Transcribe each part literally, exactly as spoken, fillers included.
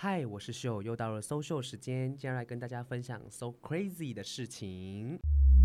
嗨，我是秀，又到了 So 秀时间，今天来跟大家分享 So Crazy 的事情。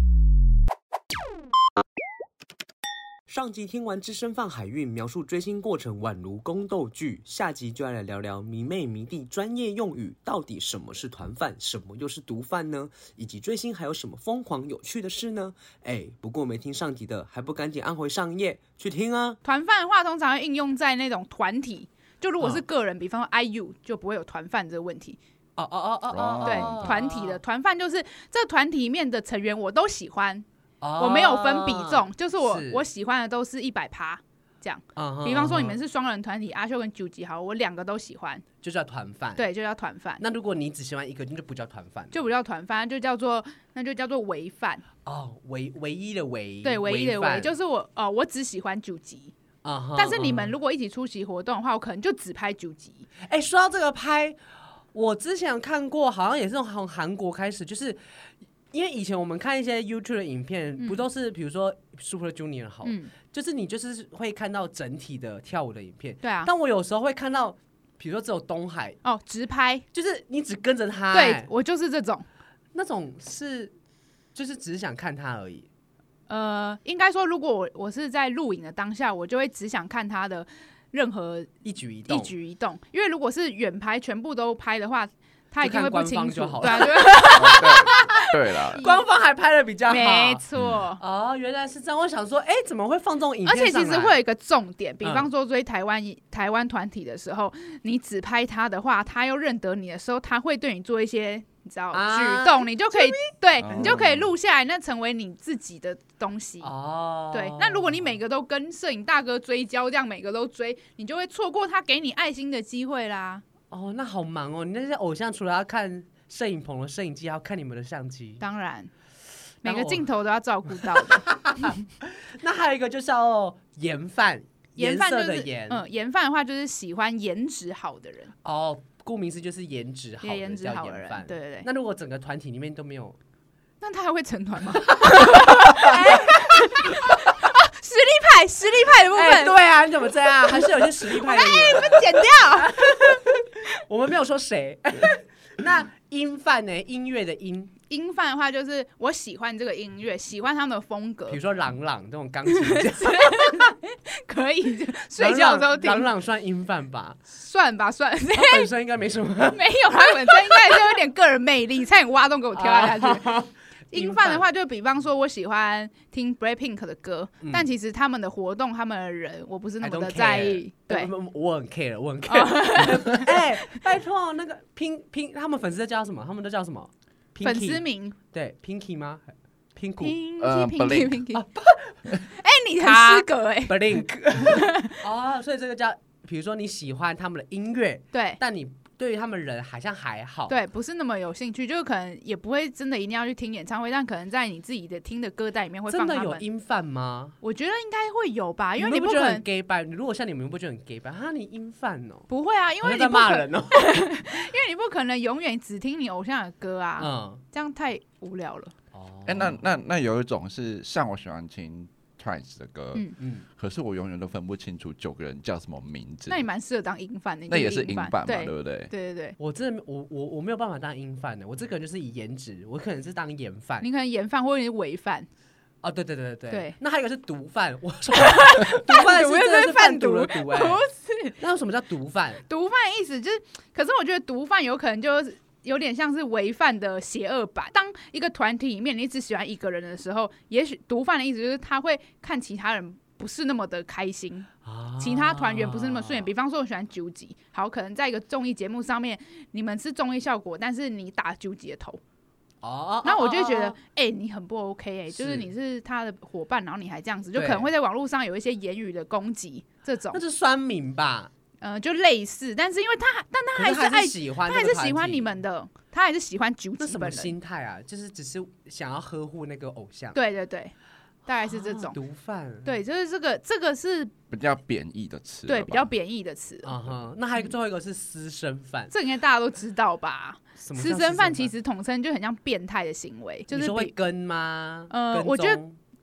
上集听完资深放海运描述追星过程宛如宫斗剧，下集就要来聊聊迷妹迷弟专业用语，到底什么是团饭，什么又是毒贩呢？以及追星还有什么疯狂有趣的事呢？哎，不过没听上集的，还不赶紧按回上一页去听啊！ 团饭的话，通常会应用在那种团体，就如果是个人，哦、比方说 I U 就不会有团饭这个问题。 哦哦哦哦哦， 对，团体的团饭就是这个团体里面的成员我都喜欢。 Oh, 我没有分比重，就是我是我喜欢的都是一百趴这样。Uh-huh, 比方说你们是双人团体， uh-huh. 阿秀跟九吉好，我两个都喜欢， 就叫团饭。 对，就叫团饭。 那如果你只喜欢一个，那就不叫团饭， 就不叫团饭，就叫做那就叫做唯饭。 哦，唯唯一的唯， 对，唯一的唯，就是我哦，我只喜欢九吉。Uh-huh, 但是你们如果一起出席活动的话，我可能就只拍九集。 哎，说到这个拍，我之前有看过，好像也是从韩国开始，就是因为以前我们看一些 YouTube 的影片，嗯、不都是比如说 Super Junior 好、嗯，就是你就是会看到整体的跳舞的影片， 对啊。 但我有时候会看到，比如说只有东海哦，直拍， 就是你只跟着他， 对我就是这种， 那种是就是只是想看他而已。 呃，应该说，如果我我是在录影的当下，我就会只想看他的任何一举一动， 一举一动。因为如果是远拍全部都拍的话，他一定会不清楚。 对啊， 对对啦， 官方还拍的比较好， 没错、 嗯。哦，原来是这样。我想说，哎、欸，怎么会放这种影片上来？ 而且其实会有一个重点，比方说追台湾、嗯、台湾团体的时候，你只拍他的话，他又认得你的时候，他会对你做一些。你知道举、啊、动，你就可以对、哦、你就可以录下来，那成为你自己的东西。哦，对。那如果你每个都跟摄影大哥追焦，这样每个都追，你就会错过他给你爱心的机会啦。 哦，那好忙哦！你那些偶像除了要看摄影棚的摄影机，还要看你们的相机。 当然，每个镜头都要照顾到的。 那还有一个就是要颜饭，颜色的颜。 嗯，颜饭的话就是喜欢颜值好的人。 哦。顾名思就是颜值好的颜值好的人，对对对。 那如果整个团体里面都没有， 那他还会成团吗？实力派，实力派的部分、 欸，对啊，你怎么这样？还是有些实力派的人， 哎，你们剪掉。 我们没有说谁。那音饭呢？音乐的音。 音饭的话，就是我喜欢这个音乐，喜欢他们的风格， 比如说朗朗这种钢琴可以睡觉的时候听。 朗朗算音饭吧？ 算吧，算。 他本身应该没什么。 没有，他本身应该是有点个人魅力，差点挖洞给我跳下去。音饭的话，就比方说我喜欢听 Blackpink 的歌、嗯，但其实他们的活动、他们的人，我不是那么的在意。对， 我很 care， 我很 care。哎、欸，拜托，那个 Pink Pink， 他们粉丝叫什么？他们都叫什么？ 粉丝名对 ，Pinky 吗 ？Pinku， 呃 ，Pinky Pinky。哎，你很失格哎 ，Blink。哦，所以这个叫，比如说你喜欢他们的音乐， 对， 但你对于他们人好像还好， 对，不是那么有兴趣，就可能也不会真的一定要去听演唱会，但可能在你自己的听的歌单里面会放他们。 真的有音饭吗？ 我觉得应该会有吧，因为你不可能 gay 吧？如果像你们不觉得很 gay 吧？哈，你音饭哦？ 不会啊，因为你在骂人哦， 因为你不可能永远只听你偶像的歌啊，嗯，这样太无聊了。 哦，哎、欸，那那那有一种是像我喜欢听Twice 的歌，嗯嗯，可是我永远都分不清楚九个人叫什么名字。 那你蛮适合当音饭的， 那也是音饭嘛， 对, 对不对？ 对对对， 我真的我我我没有办法当音饭的，我这个人就是以颜值，我可能是当颜饭， 你可能颜饭或者是伪饭。 哦，对对对对对。 那还有一个是毒饭，我说毒饭是真的是贩毒的毒哎、欸， 不是。 那什么叫毒饭？ 毒饭的意思就是，可是我觉得毒饭有可能就是有点像是违犯的邪恶版。当一个团体里面你只喜欢一个人的时候，也许毒贩的意思就是他会看其他人不是那么的开心，啊、其他团员不是那么顺眼。比方说我喜欢九吉，好，可能在一个综艺节目上面，你们是综艺效果，但是你打九吉的头。哦，那我就会觉得，哎、欸，你很不 OK 哎、欸，就是你是他的伙伴，然后你还这样子，就可能会在网络上有一些言语的攻击，这种。 那是酸民吧？ 呃，就类似，但是因为他，但他还是爱， 还是喜欢， 他还是喜欢你们的，他还是喜欢九吉本人。 那什么心态啊？就是只是想要呵护那个偶像。 对对对，大概是这种。 啊、毒贩。 对，就是这个，这个是比较贬义的词。 对，比较贬义的词。 嗯哼，那还有最后一个是私生饭、嗯， 这应该大家都知道吧？ 私生饭其实统称就很像变态的行为，就是你说会跟吗？ 呃，我觉得。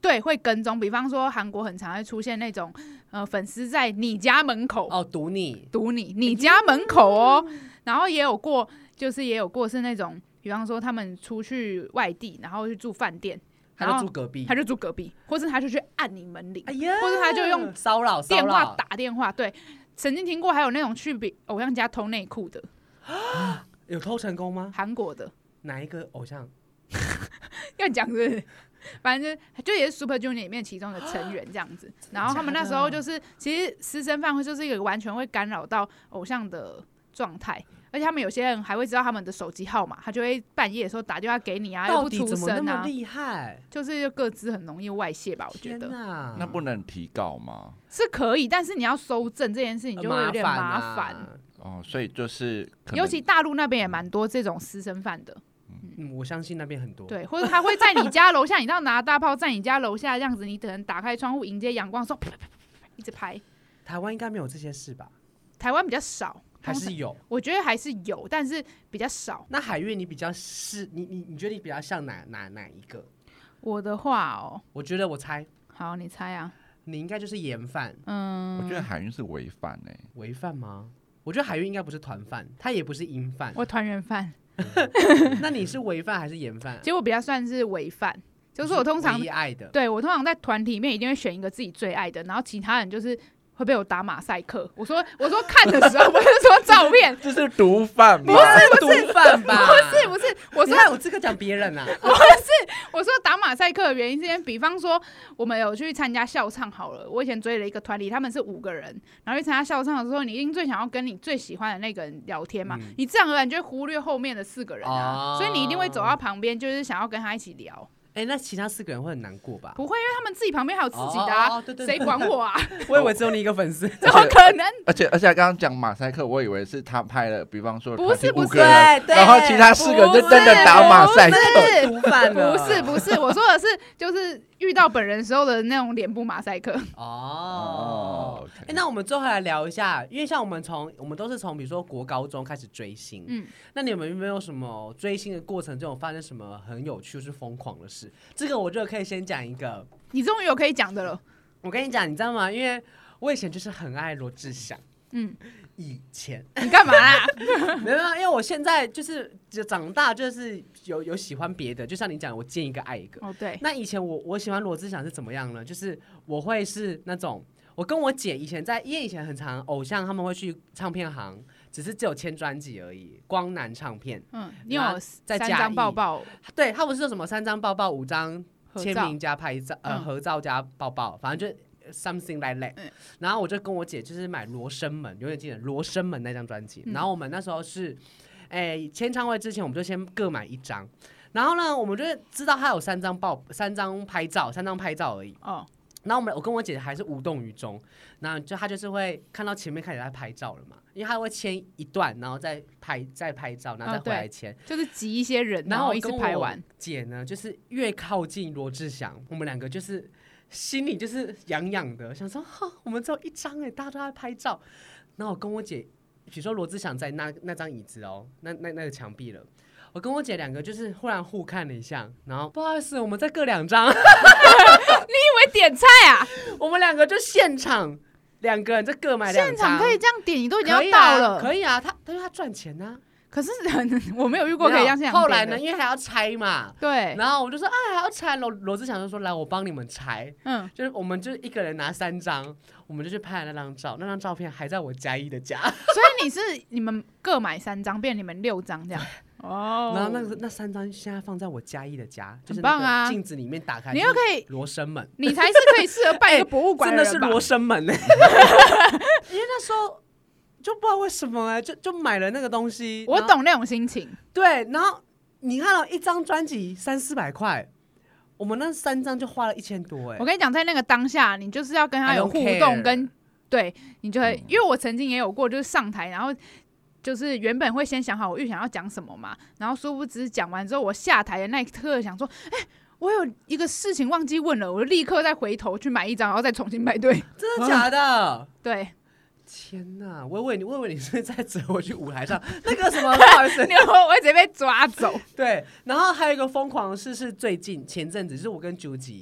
对，会跟踪。比方说韩国很常会出现那种呃粉丝在你家门口哦堵你堵你，你家门口哦，然后也有过，就是也有过是那种，比方说他们出去外地，然后去住饭店。 他就住隔壁， 他就住隔壁，或是他就去按你门铃， 哎呀， 或是他就用骚扰电话打电话。对，曾经听过还有那种去比偶像家偷内裤的， 有偷成功吗？ 韩国的哪一个偶像？ 要讲是不是？反正就就也是 Super Junior 里面其中的成员这样子。然后他们那时候就是，其实私生饭会就是一个完全会干扰到偶像的状态。而且他们有些人还会知道他们的手机号码，他就会半夜的时候打电话给你啊，又不出声啊， 到底怎么那么厉害？ 就是各自很容易外泄吧，我觉得。 那不能提告吗？ 是可以，但是你要搜证这件事情就会有点麻烦。 啊、 哦，所以就是尤其大陆那边也蛮多这种私生饭的。 嗯，我相信那边很多。 对，或者他会在你家楼下，你到拿大炮在你家楼下这样子，你可能打开窗户迎接阳光，说一直拍。 台湾应该没有这些事吧？ 台湾比较少。 还是有， 我觉得还是有，但是比较少。 那海月，你比较是你你你觉得你比较像哪哪哪一个？ 我的话哦， 我觉得我猜， 好，你猜啊？ 你应该就是盐饭。 嗯， 我觉得海运是违饭哎， 违饭吗？我觉得海运应该不是团饭，他也不是银饭， 我团圆饭。 那你是违饭还是盐饭？ 其实我比较算是违饭，就是我通常唯一爱的， 对我通常在团体里面一定会选一个自己最爱的，然后其他人就是。会被我打马赛克。我说我说看的时候不是说照片， 这是毒贩吧？ 不是不是毒贩吧？ 不是不是，我说有资格讲别人啊？ 不是，我说打马赛克的原因是因为，比方说我们有去参加校唱好了，我以前追了一个团体，他们是五个人，然后去参加校唱的时候，你一定最想要跟你最喜欢的那个人聊天嘛，嗯、你自然而然就会忽略后面的四个人啊，哦、所以你一定会走到旁边，就是想要跟他一起聊。 哎、欸，那其他四个人会很难过吧？ 不会，因为他们自己旁边还有自己的啊，谁、哦、管我啊？ 我以为只有你一个粉丝， 怎么可能？ 而且而且刚刚讲马赛克，我以为是他拍了，比方说不是不是， 然后其他四个人就真的打马赛克， 毒贩不是不是，我说的是就是遇到本人时候的那种脸部马赛克。 哦，哎、欸，那我们最后来聊一下，因为像我们从我们都是从比如说国高中开始追星，嗯，那你们有没有什么追星的过程中有发生什么很有趣、是疯狂的事？这个我就可以先讲一个， 你终于有可以讲的了。 我跟你讲，你知道吗？因为我以前就是很爱罗志祥，嗯，以前你干嘛啦？ 没有，因为我现在就是就长大，就是有有喜欢别的，就像你讲，我见一个爱一个。 哦，对。 那以前我我喜欢罗志祥是怎么样呢？就是我会是那种，我跟我姐以前在，因为以前很常偶像他们会去唱片行。只是只有签专辑而已，光南唱片。嗯， 你有三张抱抱？ 对，他不是说什么三张抱抱、五张签名加拍照，呃，合照加抱抱，反正就 something like that。嗯、然后我就跟我姐就是买《罗生门》，永远记得《罗生门》那张专辑。嗯、然后我们那时候是，哎，签唱会之前我们就先各买一张，然后呢，我们就知道他有三张抱、三张拍照、三张拍照而已。哦。然后我们我跟我姐还是无动于衷，然后就她就是会看到前面开始在拍照了嘛，因为她会签一段，然后再拍再拍照，然后再回来签，哦、 就是挤一些人，然后一次拍完。 姐呢，就是越靠近罗志祥，我们两个就是心里就是痒痒的，想说哈，我们只有一张哎，大家都在拍照。然后我跟我姐，比如说罗志祥在那那张椅子哦，那那那个墙壁了。我跟我姐两个就是忽然互看了一下，然后不好意思，我们再各两张。你以为点菜啊？ 我们两个就现场两个人再各买两张。 现场可以这样点，你都已经要到了。 可以啊，他因为他赚钱啊。 可是我没有遇过可以这样现场点的。 后来呢，因为还要拆嘛， 对。 然后我就说，哎，还要拆。罗罗志祥就说，来，我帮你们拆。嗯，就是我们就一个人拿三张，我们就去拍了那张照。那张照片还在我嘉义的家。所以你是你们各买三张，变你们六张这样。 哦，然后那个那三张现在放在我嘉义的家，就是那个镜子里面打开， 你又可以罗生门， 你才是可以适合办一个博物馆的人吧、 欸、真的是罗生门呢、欸。因为那时候就不知道为什么哎、欸，就就买了那个东西， 我懂那种心情。 对，然后你看到一张专辑三四百块，我们那三张就花了一千多哎、欸。 我跟你讲，在那个当下，你就是要跟他有互动跟，跟对你就会、嗯，因为我曾经也有过，就是上台然后。就是原本会先想好我预想要讲什么嘛，然后殊不知讲完之后，我下台的那一刻想说，哎、欸，我有一个事情忘记问了，我就立刻再回头去买一张，然后再重新排队。 真的假的？啊、 对。 天哪！我以为你，我以为你是在折回去舞台上那个什么，不好意思， 我会直接被抓走。 对，然后还有一个疯狂的事是最近前阵子，就是我跟朱吉。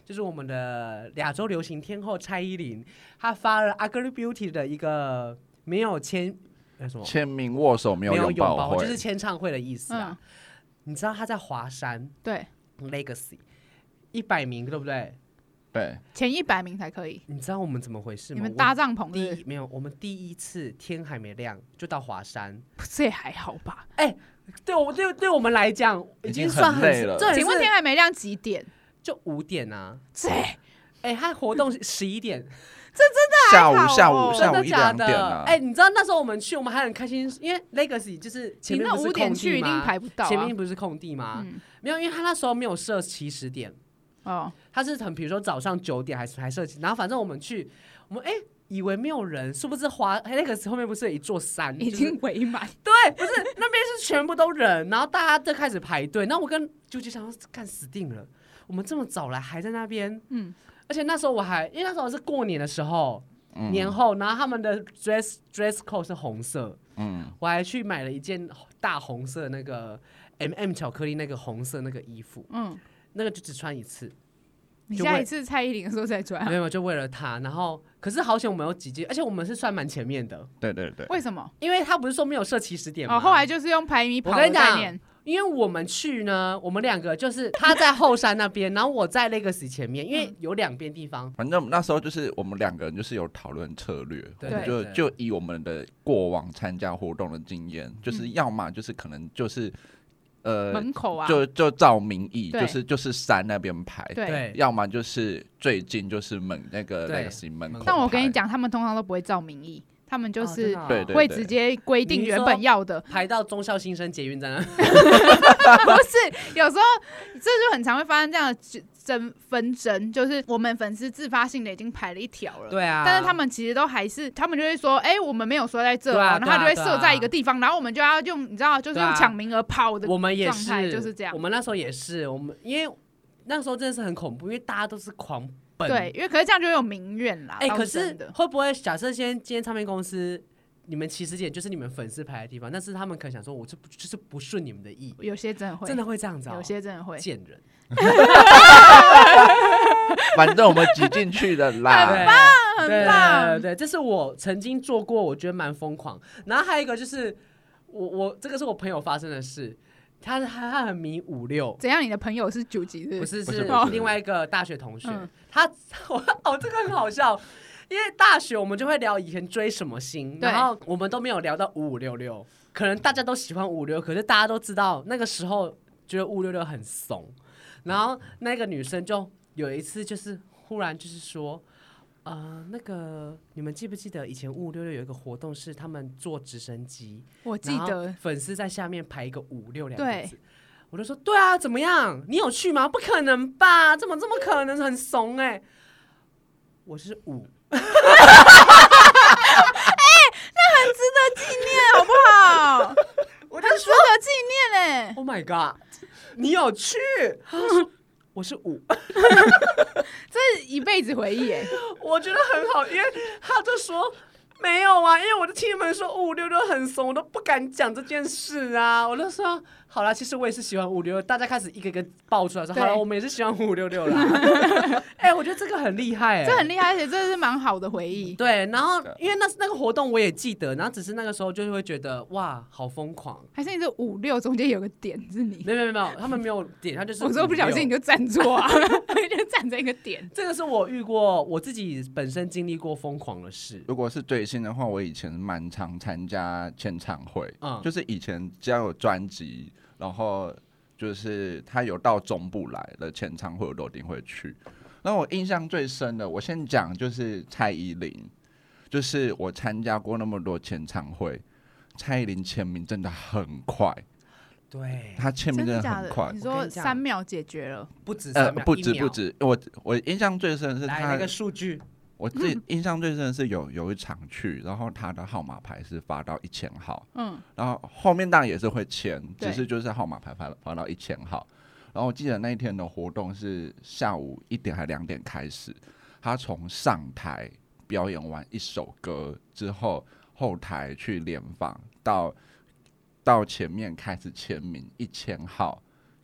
就是我们的亚洲流行天后蔡依林，她发了 Ugly Beauty 的一个没有签什么签名握手没有拥抱会， 就是签唱会的意思啊。嗯、你知道她在华山对 Legacy 一百名对不对？ 对， 前一百名才可以。 你知道我们怎么回事吗？ 你们搭帐篷第一没有，我们第一次天还没亮就到华山， 这也还好吧？ 哎、欸，对我对对我们来讲已经算很累了。 请问天还没亮几点？ 就五点啊。 这哎、欸，他活动十一点， 这真的还好、 哦、下午下午下午一两点啊。哎、欸，你知道那时候我们去，我们还很开心，因为 Legacy 就是前面不是空地吗？ 你那五点去一定排不到、啊， 前面不是空地吗？嗯、没有，因为他那时候没有设起始点。哦，他是很比如说早上九点还是还设计，然后反正我们去，我们哎、欸、以为没有人，殊不知华那个后面不是有一座山已经围满、就是， 对，不是那边是全部都人，然后大家都开始排队，然后我跟啾啾想说干死定了，我们这么早来还在那边，嗯，而且那时候我还因为那时候是过年的时候，嗯、年后，然后他们的 dress dress code 是红色，嗯，我还去买了一件大红色的那个 M M 巧克力那个红色那个衣服，嗯。那个就只穿一次， 你下一次蔡依林的时候再穿， 没有就为了他。然后可是好险我们有几届，而且我们是算蛮前面的。 对对对， 为什么？ 因为他不是说没有设起始点吗？ 哦，后来就是用排名跑的概念。 因为我们去呢，我们两个就是他在后山那边，然后我在 Legacy 前面，因为有两边地方。 反正那时候就是我们两个人就是有讨论策略，对，就就以我们的过往参加活动的经验，就是要么就是可能就是。呃， 门口啊， 就就照民意，就是就是山那边排， 对， 要么就是最近就是门那个那个门口。 但我跟你讲，他们通常都不会照民意，他们就是哦会直接规定原本要的， 排到忠孝新生捷运站。 不是，有时候这就很常会发生这样的争纷争，就是我们粉丝自发性的已经排了一条了， 对啊， 但是他们其实都还是，他们就会说，哎、欸，我们没有说在这、啊，然后他就会设在一个地方，然后我们就要用，你知道，就是用抢名额跑的状态， 我们也是， 就是这样。 我们那时候也是，我们因为那时候真的是很恐怖，因为大家都是狂奔， 对，因为可是这样就有民怨啦。 哎、欸，可是会不会假设先今天唱片公司？你们起始点就是你们粉丝排的地方，但是他们可能想说，我这就是不顺你们的意， 有些真的会， 真的会这样子、哦， 有些真的会贱人。 反正我们挤进去的啦， 很棒，很棒， 对对对，这是我曾经做过，我觉得蛮疯狂。然后还有一个就是我我这个是我朋友发生的事，他他他很迷五六。 怎样？你的朋友是九级的？ 不是，是另外一个大学同学。嗯、他我哦，这个很好笑。因为大学我们就会聊以前追什么星，然后我们都没有聊到五五六六，可能大家都喜欢五六，可是大家都知道那个时候觉得五六六很怂，然后那个女生就有一次就是忽然就是说，呃，那个你们记不记得以前五五六六有一个活动是他们坐直升机， 我记得粉丝在下面排一个五六两个字，我就说对啊，怎么样？你有去吗？不可能吧？怎么这么可能？很怂哎、欸！我是五。 哎、欸，那很值得纪念，好不好？ 我很值得纪念哎、欸 ！Oh my god， 你有去？我是五， 这是一辈子回忆哎、欸。 我觉得很好，因为他就说没有啊，因为我的亲们说五五六六很怂，我都不敢讲这件事啊。我就说好啦，其实我也是喜欢五六六，大家开始一个一个爆出来说，好了，我们也是喜欢五六六啦。哎、欸，我觉得这个很厉害、欸， 这很厉害，而且这是蛮好的回忆。 对，然后因为那那个活动我也记得，然后只是那个时候就会觉得哇，好疯狂。 还是你这五六中间有个点是你？ 没有没有没有，他们没有点，他就是我说不小心你就站错啊，就站在一个点。 这个是我遇过，我自己本身经历过疯狂的事。 如果是追星的话，我以前蛮常参加签唱会，嗯，就是以前只要有专辑，然后就是他有到中部来的签唱会，我都一定会去。然后我印象最深的，我先讲就是蔡依林，就是我参加过那么多签唱会，蔡依林签名真的很快， 对， 她签名真的很快。 你说三秒解决了？ 不止三秒， 呃，不止不止。我我印象最深的是她来那个数据， 我自己印象最深的是有有一场去，然后他的号码牌是发到一千号，嗯，然后后面当然也是会签，只是就是号码牌发发到一千号。然后我记得那一天的活动是下午一点还两点开始，他从上台表演完一首歌之后，后台去联访，到到前面开始签名一千号，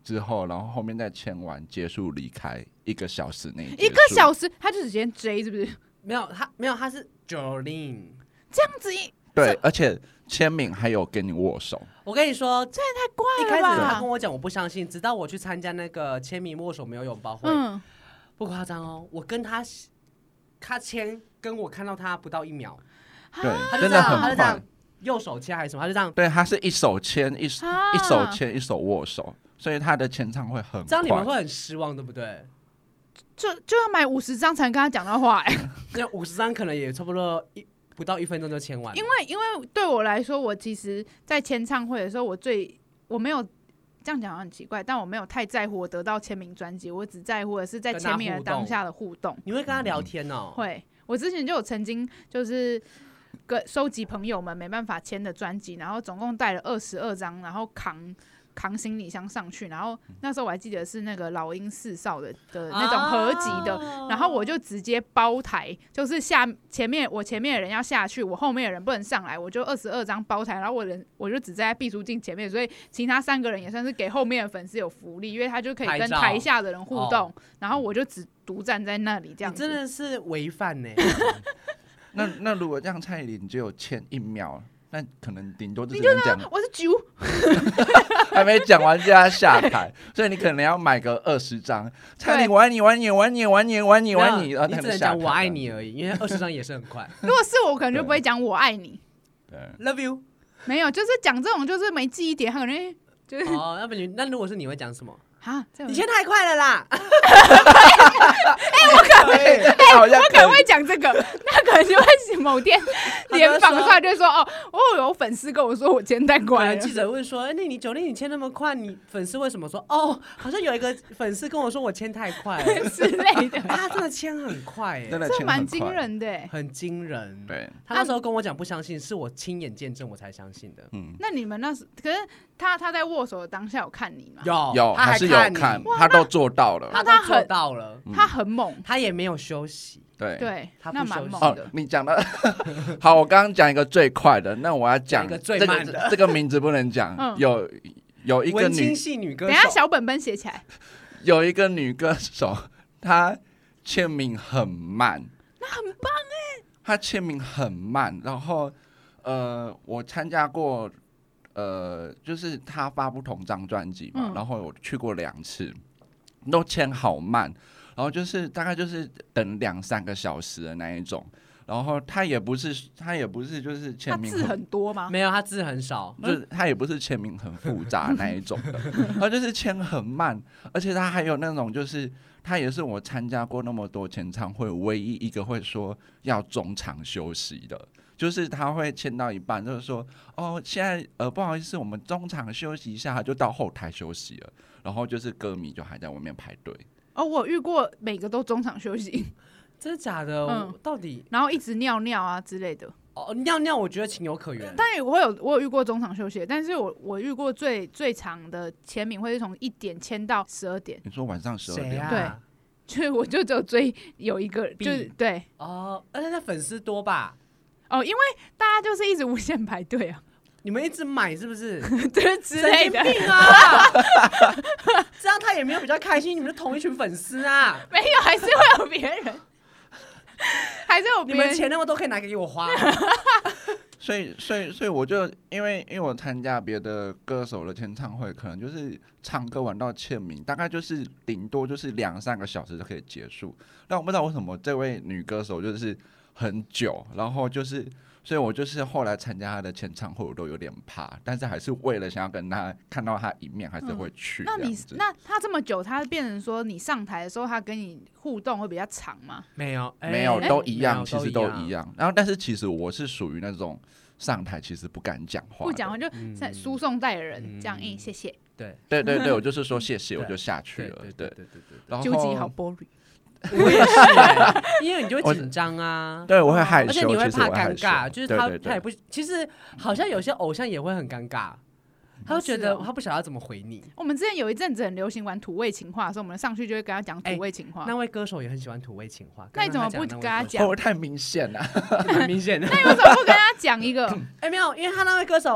之后，然后后面再签完结束离开，一个小时内一个小时，他就直接追是不是？ 没有，他没有，他是 Jolin 这样子一。 对，而且签名还有跟你握手。 我跟你说， 这也太怪了吧！ 一开始他跟我讲我不相信，直到我去参加那个签名握手没有拥抱会，嗯，不夸张哦，我跟他他签，跟我看到他不到一秒， 对， 他真的很快。 他就这样右手签还是什么，他就这样。 对，他是一手签一手、啊、一手签一手握手，所以他的签唱会很快。 这样你们会很失望，对不对？ 就就要买五十张才能跟他讲到话哎、欸， 那五十张可能也差不多一不到一分钟就签完了。 因为因为对我来说，我其实，在签唱会的时候，我最我没有这样讲好像很奇怪，但我没有太在乎我得到签名专辑，我只在乎的是在签名的当下的互动。 你会跟他聊天哦？ 会，我之前就有曾经就是跟收集朋友们没办法签的专辑，然后总共带了二十二张，然后扛。扛行李箱上去，然后那时候我还记得是那个老鹰四少的的那种合集的、哦，然后我就直接包台，就是下前面我前面的人要下去，我后面的人不能上来，我就二十二张包台，然后我人我就只在毕书尽前面，所以其他三个人也算是给后面的粉丝有福利，因为他就可以跟台下的人互动，哦、然后我就只独站在那里这样子。 你真的是违反呢。 那那如果这样，蔡依林只有签一秒。那可能顶多只能讲， 我是九， 还没讲完就要下台，所以你可能要买个二十张。蔡依林我爱你，我爱你，我爱你，我爱你，我爱你，我爱你， 你只能讲我爱你而已，因为二十张也是很快。 如果是我，可能就不会讲我爱你。 对 ，Love you。 没有，就是讲这种就是没记忆点，他可能就是哦，要不你那如果是你会讲什么？ 啊， 你签太快了啦！哎、 欸，我可能，哎、欸，我可能会讲这个，那可能就会某天联访出来就说，哦，哦，有粉丝跟我说我签太快了。 记者问说，哎、欸，那你Jolin你签那么快，你粉丝为什么说？哦，好像有一个粉丝跟我说我签太快了之类的。 他真的签很快，哎， 真的签很快， 这蛮惊人的， 很惊人。 对， 他那时候跟我讲不相信，是我亲眼见证我才相信的。 嗯， 那你们那时，可是他他在握手的当下有看你吗？ 有有，还是有看，他都做到了， 他都做到了， 他很猛， 他也没有休息。 对对， 他那蛮猛的。 哦，你讲的好，我刚刚讲一个最快的，那我要讲一个最慢的， 这个这个名字不能讲。嗯、有有一个女文青系女歌手， 等一下小本本写起来。 有一个女歌手，她签名很慢， 那很棒哎、欸。 她签名很慢，然后呃，我参加过。呃，就是他发不同张专辑嘛、嗯，然后我去过两次，都签好慢，然后就是大概就是等两三个小时的那一种，然后他也不是他也不是就是签名很， 他字很多吗？ 没有，他字很少， 就是他也不是签名很复杂那一种的，他就是签很慢，而且他还有那种就是他也是我参加过那么多签唱会唯一一个会说要中场休息的。就是他会签到一半，就是说，哦，现在呃不好意思，我们中场休息一下，就到后台休息了。然后就是歌迷就还在外面排队。 哦，我遇过每个都中场休息， 真的假的？嗯，到底然后一直尿尿啊之类的。 哦，尿尿我觉得情有可原。 但我有我有遇过中场休息，但是我我遇过最最长的签名会是从一点签到十二点。 你说晚上十二点？ 啊、 对。就是我就只有追有一个，就是对。 哦，而且他粉丝多吧？ 哦，因为大家就是一直无限排队啊， 你们一直买是不是？ 对之类的。 神经病啊！这样他也没有比较开心，你们是同一群粉丝啊。 没有，还是会有别人，还是有别人。 你们钱那么多，可以拿给我花。 所以，所以，所以我就因为因为我参加别的歌手的签唱会，可能就是唱歌玩到签名，大概就是顶多就是两三个小时就可以结束。但我不知道为什么这位女歌手就是很久，然后就是，所以我就是后来参加她的签唱会，我都有点怕，但是还是为了想要跟她看到她一面，还是会去、嗯。 那你那她这么久，她变成说你上台的时候，她跟你互动会比较长吗？ 没有，欸、 没有，都一样， 欸、 其实都一样。然后，但是其实我是属于那种上台其实不敢讲话， 不讲话就在输送带的人、嗯、这样，嗯，谢谢。 对对对对，我就是说谢谢，我就下去了。对对对对对。然后纠结好 boring。 我也是、欸，因为你就会紧张啊， 对，我会害羞， 而且你会怕尴尬，就是他对对对他也不，其实好像有些偶像也会很尴尬，他会觉得他不晓得怎么回你。 我们之前有一阵子很流行玩土味情话的时候，我们上去就会跟他讲土味情话、欸。 那位歌手也很喜欢土味情话， 那你怎么不跟他讲？ 会不会太明显了？ 很明显的。 那你为什么不跟他讲一个？ 哎、欸，没有，因为他那位歌手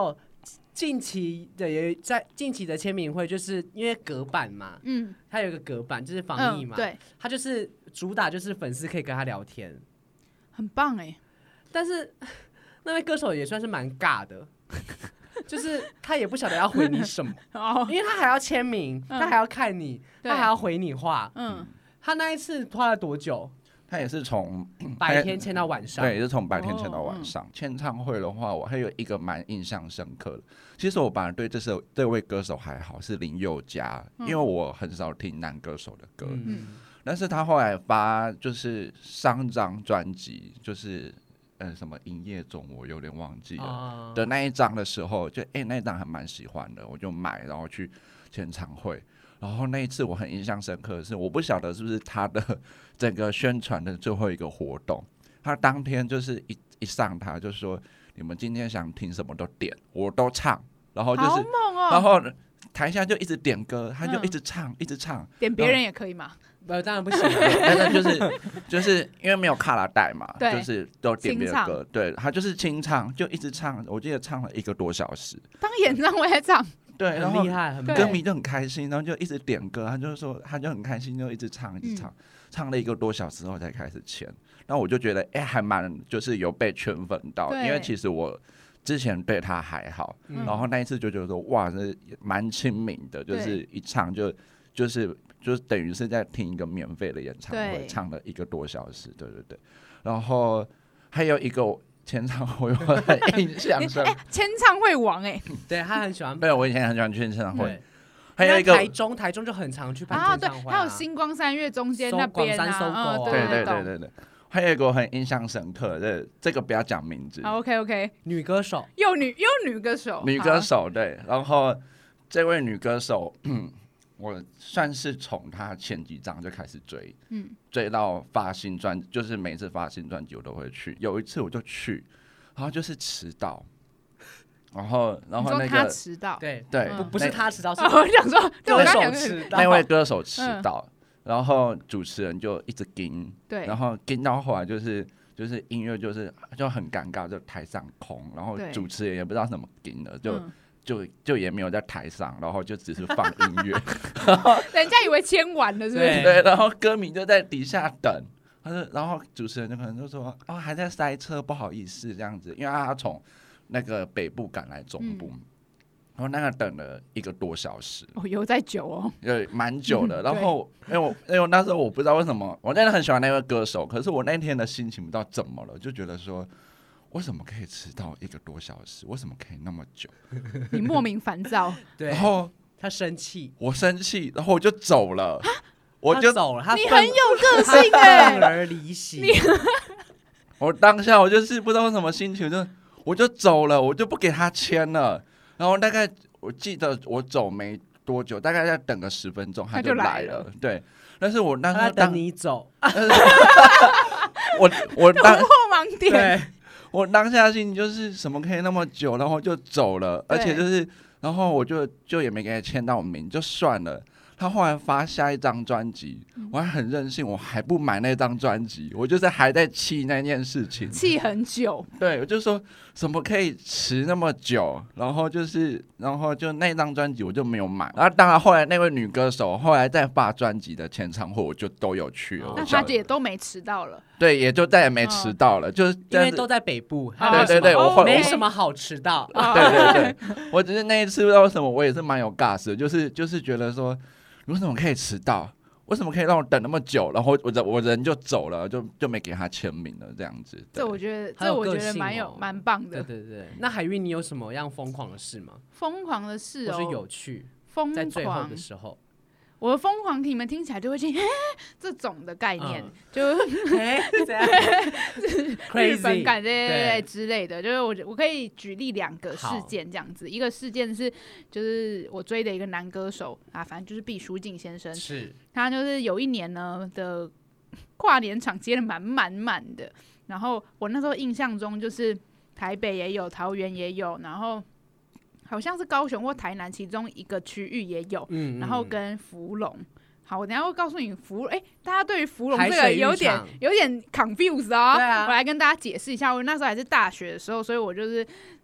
近期的也在近期的签名会，就是因为隔板嘛，嗯，它有一个隔板，就是防疫嘛，嗯、 对， 它就是主打就是粉丝可以跟他聊天， 很棒哎、欸。 但是那位歌手也算是蛮尬的，就是他也不晓得要回你什么，哦、因为他还要签名，嗯、他还要看你，他还要回你话，嗯，他那一次花了多久？ 他也是从白天签到晚上， 对，也是从白天签到晚上。哦嗯、签唱会的话，我还有一个蛮印象深刻的。其实我本来对这首这位歌手还好，是林宥嘉，嗯、因为我很少听男歌手的歌。嗯、但是他后来发就是三张专辑，就是呃什么营业中，我有点忘记了、哦、的那一张的时候，就哎、欸、那一张还蛮喜欢的，我就买，然后去签唱会。然后那一次我很印象深刻的是，我不晓得是不是他的整个宣传的最后一个活动，他当天就是一一上台就说你们今天想听什么都点，我都唱，然后就是， 哦、 然后台下就一直点歌，他就一直唱、嗯、一直唱， 点别人也可以吗？ 呃，当然不行， 但是就是就是因为没有卡拉带嘛，就是都点别的歌，对，他就是清唱，就一直唱，我记得唱了一个多小时， 当演唱会在唱。 对，然后很厉害，很歌迷就很开心，然后就一直点歌，他就说他就很开心，就一直唱，一直唱，嗯、唱了一个多小时后才开始签。然后我就觉得，哎、欸，还蛮就是有被圈粉到，因为其实我之前对他还好，嗯、然后那一次就觉得说，哇，这蛮亲民的，就是一唱就就是就是等于是在听一个免费的演唱会，唱了一个多小时，对对对。然后还有一个。签唱会我很印象深刻， 签唱会王哎、欸， 对他很喜欢。 对，我以前很喜欢去签唱会。还有一个台中，台中就很常去办签唱会、啊啊。 还有星光三月中间那边啊， 搜狗啊、 嗯， 对对对对对。还有一个我很印象深刻的，这个不要讲名字。 好 ，OK OK， 女歌手， 又女又女歌手， 女歌手对。然后这位女歌手，嗯，我算是从她前几张就开始追，嗯，追到发新专，就是每次发新专辑我都会去。有一次我就去，然后就是迟到，然后然后那个你说他迟到， 对对， 不不是他迟到，是我想说歌手迟到， 那位歌手迟到，嗯、然后主持人就一直跟， 对， 然后跟到后来就是就是音乐就是就很尴尬，就台上空，然后主持人也不知道怎么跟的，就。嗯就, 就也没有在台上，然后就只是放音乐， 人家以为签完了是不是？ 对, 对，然后歌迷就在底下等，他就然后主持人就可能就说哦还在塞车，不好意思这样子，因为他从那个北部赶来中部，嗯、然后那个等了一个多小时， 哦有在久哦， 对，蛮久的。然后因为我因为那时候我不知道为什么，我真的很喜欢那位歌手，可是我那天的心情不知道怎么了，就觉得说。为什么可以迟到一个多小时？为什么可以那么久？ 你莫名烦躁， 对， 然后他生气， 我生气，然后我就走了，我就走了。他你很有个性哎、 欸，愤而离席。 我当下我就是不知道什么心情，就我就走了，我就不给他签了。然后大概我记得我走没多久，大概再等个十分钟，他就来了。对，但是我那时候等你走， 我我当突破盲点。 我当下心情就是什么可以那么久，然后就走了，而且就是，然后我就就也没给他签到名，就算了。他后来发下一张专辑，嗯、我还很任性，我还不买那张专辑，我就是还在气那件事情， 气很久。 对，我就说怎么可以迟那么久，然后就是，然后就那张专辑我就没有买。然后当然后来那位女歌手后来再发专辑的签唱会，我就都有去了。 那她也都没迟到了。 对，也就再也没迟到了，哦、就是因为都在北部。 对对对，我没什么好迟到。 对对对，我只是那一次不知道为什么，我也是蛮有 gas 的，就是就是觉得说。为什么可以迟到？为什么可以让我等那么久？然后我人我人就走了，就就没给他签名了，这样子。 这我觉得，这我觉得蛮有蛮棒的。 对对对。那海韵，你有什么样疯狂的事吗？ 疯狂的事哦， 或是有趣， 疯狂在最后的时候。 我的疯狂你们听起来就会听这种的概念，嗯、就哎日本感对对对之类的，就是我我可以举例两个事件这样子，一个事件是就是我追的一个男歌手啊，反正就是毕书尽先生， 是他就是有一年呢的跨年场接得满满满的，然后我那时候印象中就是台北也有，桃园也有，然后。好像是高雄或台南其中一个区域也有，嗯嗯然后跟福隆。好，我等一下会告诉你福，哎、欸，大家对于福隆这个有点有点 confuse 哦。 对啊， 我来跟大家解释一下。我那时候还是大学的时候，所以我就是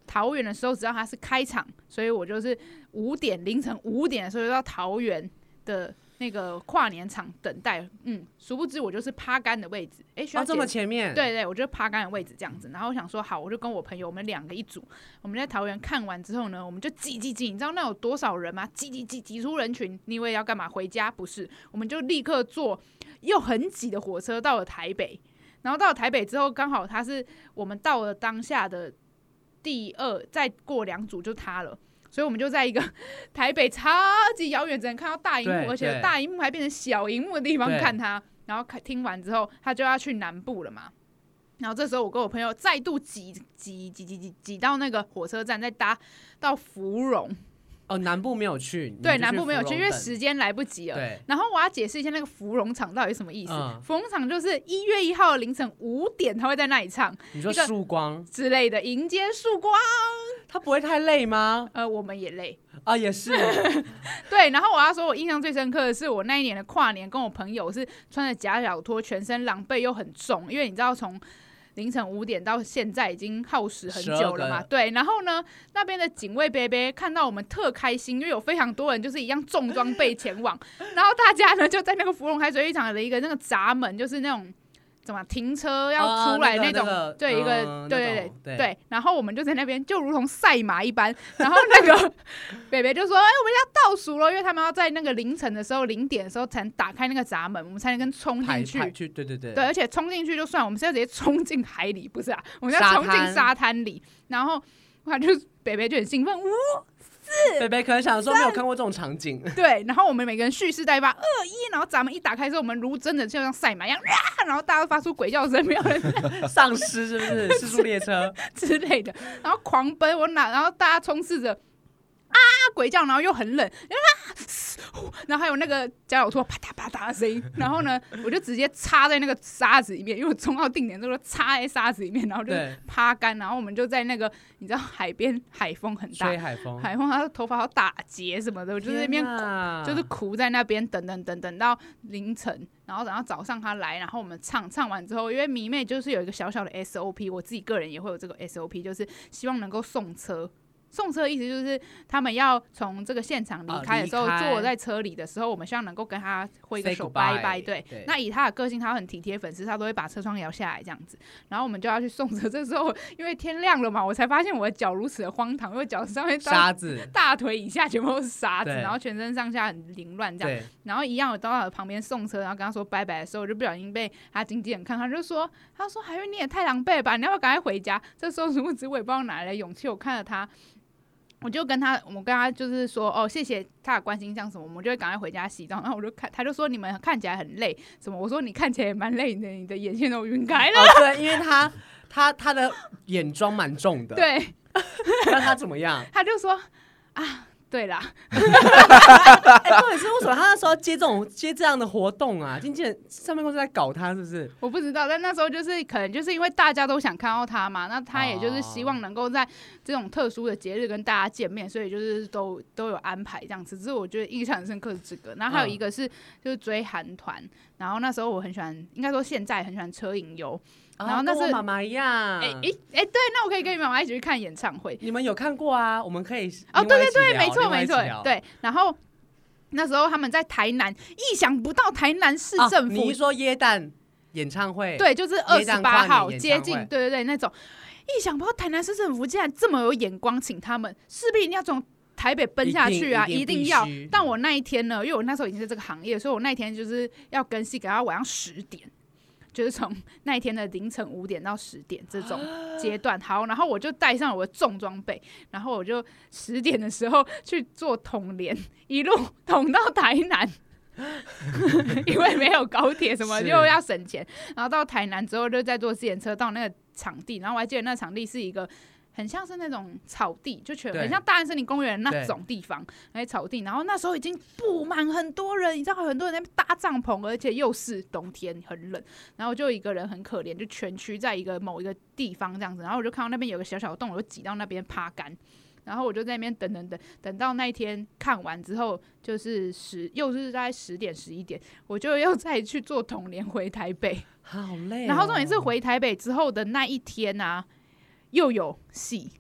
桃园的时候知道它是开场，所以我就是五点凌晨五点的时候就到桃园的那个跨年场等待，嗯，殊不知我就是趴杆的位置，哎、欸，需要、 哦、这么前面， 对对，我就趴杆的位置这样子。然后我想说，好，我就跟我朋友，我们两个一组，我们在桃园看完之后呢，我们就挤挤挤，你知道那有多少人吗？挤挤挤挤出人群，你以为要干嘛？回家？不是，我们就立刻坐又很挤的火车到了台北。然后到了台北之后，刚好他是我们到了当下的第二，再过两组就他了。所以我们就在一个台北超级遥远，只能看到大萤幕，而且大萤幕还变成小萤幕的地方看他。然后听完之后，他就要去南部了嘛。然后这时候我跟我朋友再度挤挤挤挤挤挤到那个火车站，再搭到芙蓉。 哦，南部没有去， 对，南部没有去，因为时间来不及了。 对。 然后我要解释一下那个芙蓉场到底是什么意思。 嗯、 芙蓉场就是一月一号凌晨五点，他会在那里唱。 你说曙光之类的，迎接曙光。 他不会太累吗？ 呃，我们也累啊，也是。 对，然后我要说，我印象最深刻的是我那一年的跨年，跟我朋友是穿着夹脚拖，全身狼狈又很重，因为你知道从凌晨五点到现在已经耗时很久了嘛。对，然后呢，那边的警卫伯伯看到我们特开心，因为有非常多人就是一样重装备前往，然后大家呢就在那个芙蓉海水浴场的一个那个闸门，就是那种。怎么停车要出来那种，哦那个、对、嗯、一个，对对对对，然后我们就在那边就如同赛马一般，然后那个北北就说：“哎、欸，我们要倒数了，因为他们要在那个凌晨的时候零点的时候才能打开那个闸门，我们才能跟冲进去。 去”对对对， 对，而且冲进去就算，我们是要直接冲进海里，不是啊？我们要冲进沙滩里，然后他就北北就很兴奋，呜。 北北可能想说没有看过这种场景， 对，然后我们每个人蓄势待发，二一，然后闸门一打开之后，我们如真的就像赛马一样，然后大家都发出鬼叫声，没有人丧尸是不是？失速列车之类的，然后狂奔，我哪，然后大家冲刺着啊鬼叫，然后又很冷，然后还有那个夹脚拖啪嗒啪嗒的声音，然后呢，我就直接插在那个沙子里面，因为我冲到定点之后插在沙子里面，然后就趴干，然后我们就在那个你知道海边海风很大， 吹海风， 海风，他的头发好打结什么的，我就在那边就是哭在那边等等等等到凌晨，然后等到早上他来，然后我们唱唱完之后，因为迷妹就是有一个小小的 S O P， 我自己个人也会有这个 S O P， 就是希望能够送车。送车的意思就是他们要从这个现场离开的时候，哦、坐在车里的时候，我们希望能够跟他挥个手拜拜。对，对，那以他的个性，他很体贴粉丝，他都会把车窗摇下来这样子。然后我们就要去送车，这时候因为天亮了嘛，我才发现我的脚如此的荒唐，因为脚上面沙子， 大腿以下全部都是沙子，然后全身上下很凌乱这样。然后一样我到他的旁边送车，然后跟他说拜拜的时候，我就不小心被他经纪人看，他就说：“他说海韵你也太狼狈了吧，你要不要赶快回家？”这时候殊不知我也不知道哪来的勇气，我看了他。我就跟他，我跟他就是说，哦，谢谢他的关心，像什么，我们就会赶快回家洗澡。然后我就看，他就说你们看起来很累，什么？我说你看起来也蛮累的，你的眼线都晕开了。 哦，对，因为他他他的眼妆蛮重的。 对， 那他怎么样？ 他就说啊。对啦， 哎、欸，到底是为什么他那时候接这种接这样的活动啊？经纪人上面公司在搞他，是不是？ 我不知道，但那时候就是可能就是因为大家都想看到他嘛，那他也就是希望能够在这种特殊的节日跟大家见面，所以就是都都有安排这样子。只是我觉得印象很深刻是这个，然后还有一个是就是追韩团，然后那时候我很喜欢，应该说现在很喜欢车银优。然后那是跟我妈妈一样， 哎哎哎，对，那我可以跟你妈妈一起去看演唱会。 你们有看过啊？我们可以哦，对对对，没错没错，对。然后那时候他们在台南，意想不到台南市政府， 啊、你是说耶诞演唱会？ 对，就是二十八号接近，对对对，那种意想不到台南市政府竟然这么有眼光，请他们势必一定要从台北奔下去啊，一 定, 一定要。但我那一天呢，因为我那时候已经是这个行业，所以我那一天就是要更新，给他晚上十点。就是从那一天的凌晨五点到十点这种阶段，好，然后我就带上了我的重装备，然后我就十点的时候去坐统联，一路统到台南，因为没有高铁什么，就要省钱。然后到台南之后，就再坐自行车到那个场地，然后我还记得那场地是一个。很像是那种草地，就全很像大安森林公园那种地方，那些草地。然后那时候已经布满很多人，你知道很多人在那边搭帐篷，而且又是冬天，很冷。然后就一个人很可怜，就蜷曲在一个某一个地方这样子。然后我就看到那边有个小小的洞，我就挤到那边趴干。然后我就在那边等等等，等到那一天看完之后，就是十又是大概十点十一点，我就又再去坐统联回台北。 好累、哦。 然后重点是回台北之后的那一天啊。又有戏，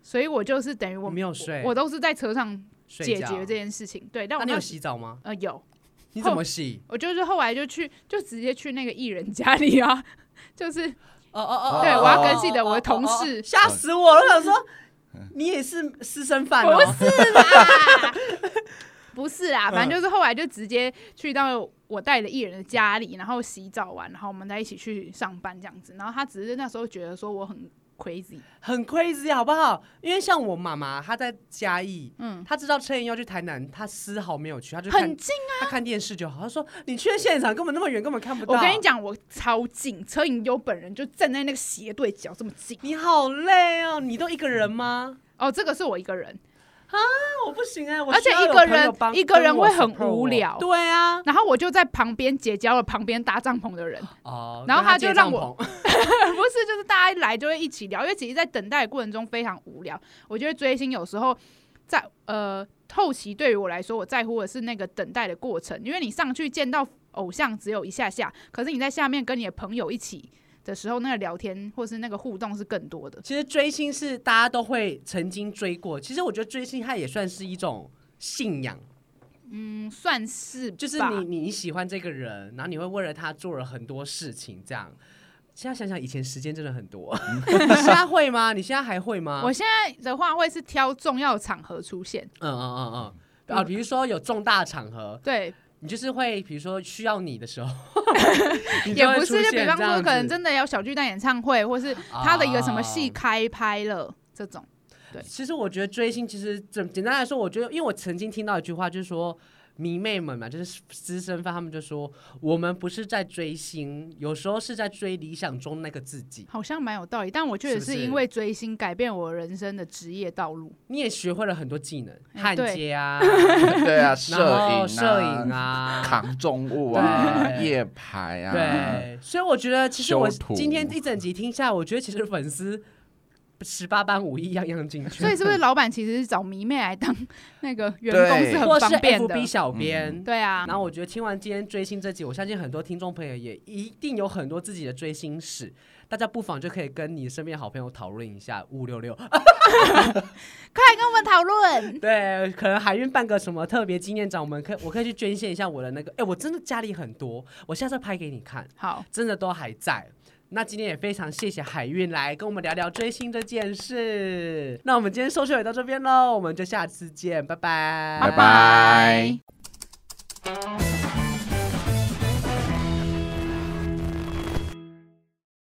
所以我就是等于我没有睡， 我都是在车上解决这件事情。对，但我那、啊、你有洗澡吗？ 呃，有。 你怎么洗？ 我就是后来就去，就直接去那个艺人家里啊，就是哦哦哦， 对，我要更新的我的同事， 吓死我了！我想说，你也是私生饭哦？ 不是啦，不是啦，反正就是后来就直接去到我带的艺人的家里，然后洗澡完，然后我们再一起去上班这样子。然后他只是那时候觉得说我很crazy， 很 crazy 好不好？因为像我妈妈，她在嘉义，嗯，她知道车妍要去台南，她丝毫没有去，她就看很近啊， 她看电视就好。她说你去现场根本那么远，根本看不到。 我跟你讲，我超近，车妍优本人就站在那个斜对角这么近。 你好累哦，你都一个人吗？ 哦，这个是我一个人。 啊，我不行哎、欸， 而且一个人一个人会很无聊， 对啊。 然后我就在旁边结交了旁边搭帐篷的人， 哦， 然后他就让我不是，就是大家来就会一起聊，因为其实，在等待的过程中非常无聊。我觉得追星有时候在呃后期对于我来说，我在乎的是那个等待的过程，因为你上去见到偶像只有一下下，可是你在下面跟你的朋友一起的时候，那个聊天或是那个互动是更多的。 其实追星是大家都会曾经追过，其实我觉得追星它也算是一种信仰， 嗯，算是吧， 就是你你喜欢这个人，然后你会为了他做了很多事情，这样。现在想想，以前时间真的很多。你现在会吗？你现在还会吗？ 我现在的话会是挑重要场合出现。 嗯嗯嗯嗯，啊，比如说有重大场合， 对。 你就是会，比如说需要你的时候， 也不是，就比方说，可能真的有小巨蛋演唱会，或是他的一个什么戏开拍了、啊、这种。对， 其实我觉得追星，其实简简单来说，我觉得，因为我曾经听到一句话，就是说。迷妹们嘛，就是资深fan，他们就说我们不是在追星，有时候是在追理想中那个自己， 好像蛮有道理。但我觉得是因为追星改变我人生的职业道路， 你也学会了很多技能，焊接啊， 对啊，摄影啊， 摄影啊， 扛重物啊，夜排啊， 对，所以我觉得其实我今天一整集听下来，我觉得其实粉丝。十八般武艺样样进去， 所以是不是老板其实是找迷妹来当那个员工是很方便的， 或是 F B 小编、 嗯？对啊。 然后我觉得听完今天追星这集，我相信很多听众朋友也一定有很多自己的追星史，大家不妨就可以跟你身边好朋友讨论一下。五六六，快来跟我们讨论。 对，可能海运办个什么特别纪念展，我们可以我可以去捐献一下我的那个，哎，我真的家里很多，我下次拍给你看。 好， 真的都还在。那今天也非常谢谢海运来跟我们聊聊追星这件事。那我们今天收视也到这边喽，我们就下次见，拜拜， 拜拜。